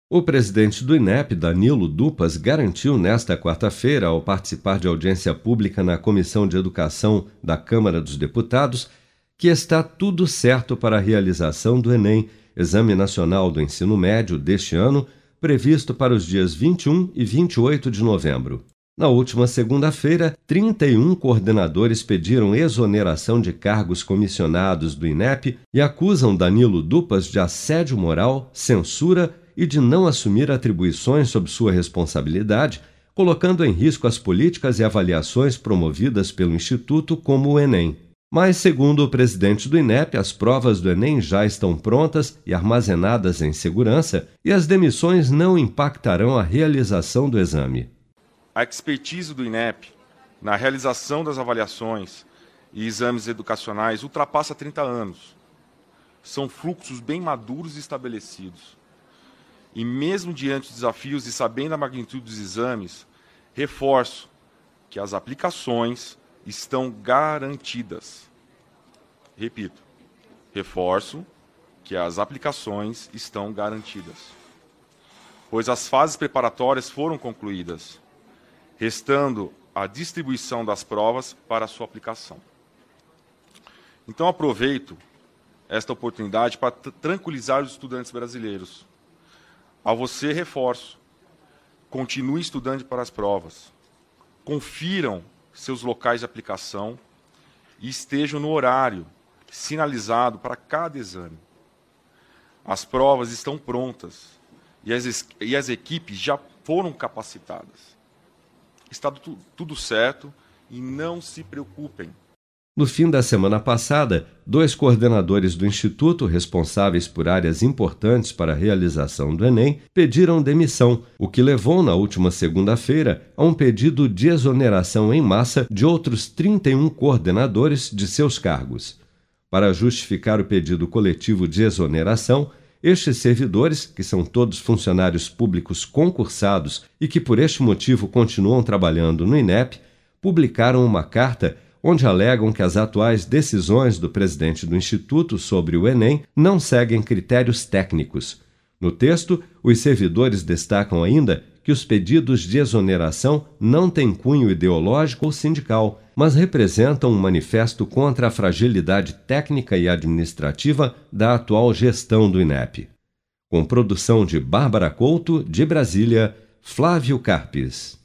O presidente do INEP, Danilo Dupas, garantiu nesta quarta-feira, ao participar de audiência pública na Comissão de Educação da Câmara dos Deputados, que está tudo certo para a realização do Enem, Exame Nacional do Ensino Médio, deste ano, previsto para os dias 21 e 28 de novembro. Na última segunda-feira, 31 coordenadores pediram exoneração de cargos comissionados do INEP e acusam Danilo Dupas de assédio moral, censura e de não assumir atribuições sob sua responsabilidade, colocando em risco as políticas e avaliações promovidas pelo Instituto, como o Enem. Mas, segundo o presidente do INEP, as provas do Enem já estão prontas e armazenadas em segurança e as demissões não impactarão a realização do exame. A expertise do INEP na realização das avaliações e exames educacionais ultrapassa 30 anos. São fluxos bem maduros e estabelecidos. E mesmo diante dos desafios e sabendo a magnitude dos exames, reforço que as aplicações estão garantidas. Repito, reforço que as aplicações estão garantidas, pois as fases preparatórias foram concluídas, restando a distribuição das provas para a sua aplicação. Então aproveito esta oportunidade para tranquilizar os estudantes brasileiros. A você reforço, continue estudando para as provas, confiram seus locais de aplicação e estejam no horário sinalizado para cada exame. As provas estão prontas e as equipes já foram capacitadas. Está tudo certo e não se preocupem. No fim da semana passada, 2 coordenadores do Instituto, responsáveis por áreas importantes para a realização do Enem, pediram demissão, o que levou, na última segunda-feira, a um pedido de exoneração em massa de outros 31 coordenadores de seus cargos. Para justificar o pedido coletivo de exoneração, estes servidores, que são todos funcionários públicos concursados e que por este motivo continuam trabalhando no INEP, publicaram uma carta onde alegam que as atuais decisões do presidente do Instituto sobre o Enem não seguem critérios técnicos. No texto, os servidores destacam ainda que os pedidos de exoneração não têm cunho ideológico ou sindical, mas representam um manifesto contra a fragilidade técnica e administrativa da atual gestão do INEP. Com produção de Bárbara Couto, de Brasília, Flávio Carpes.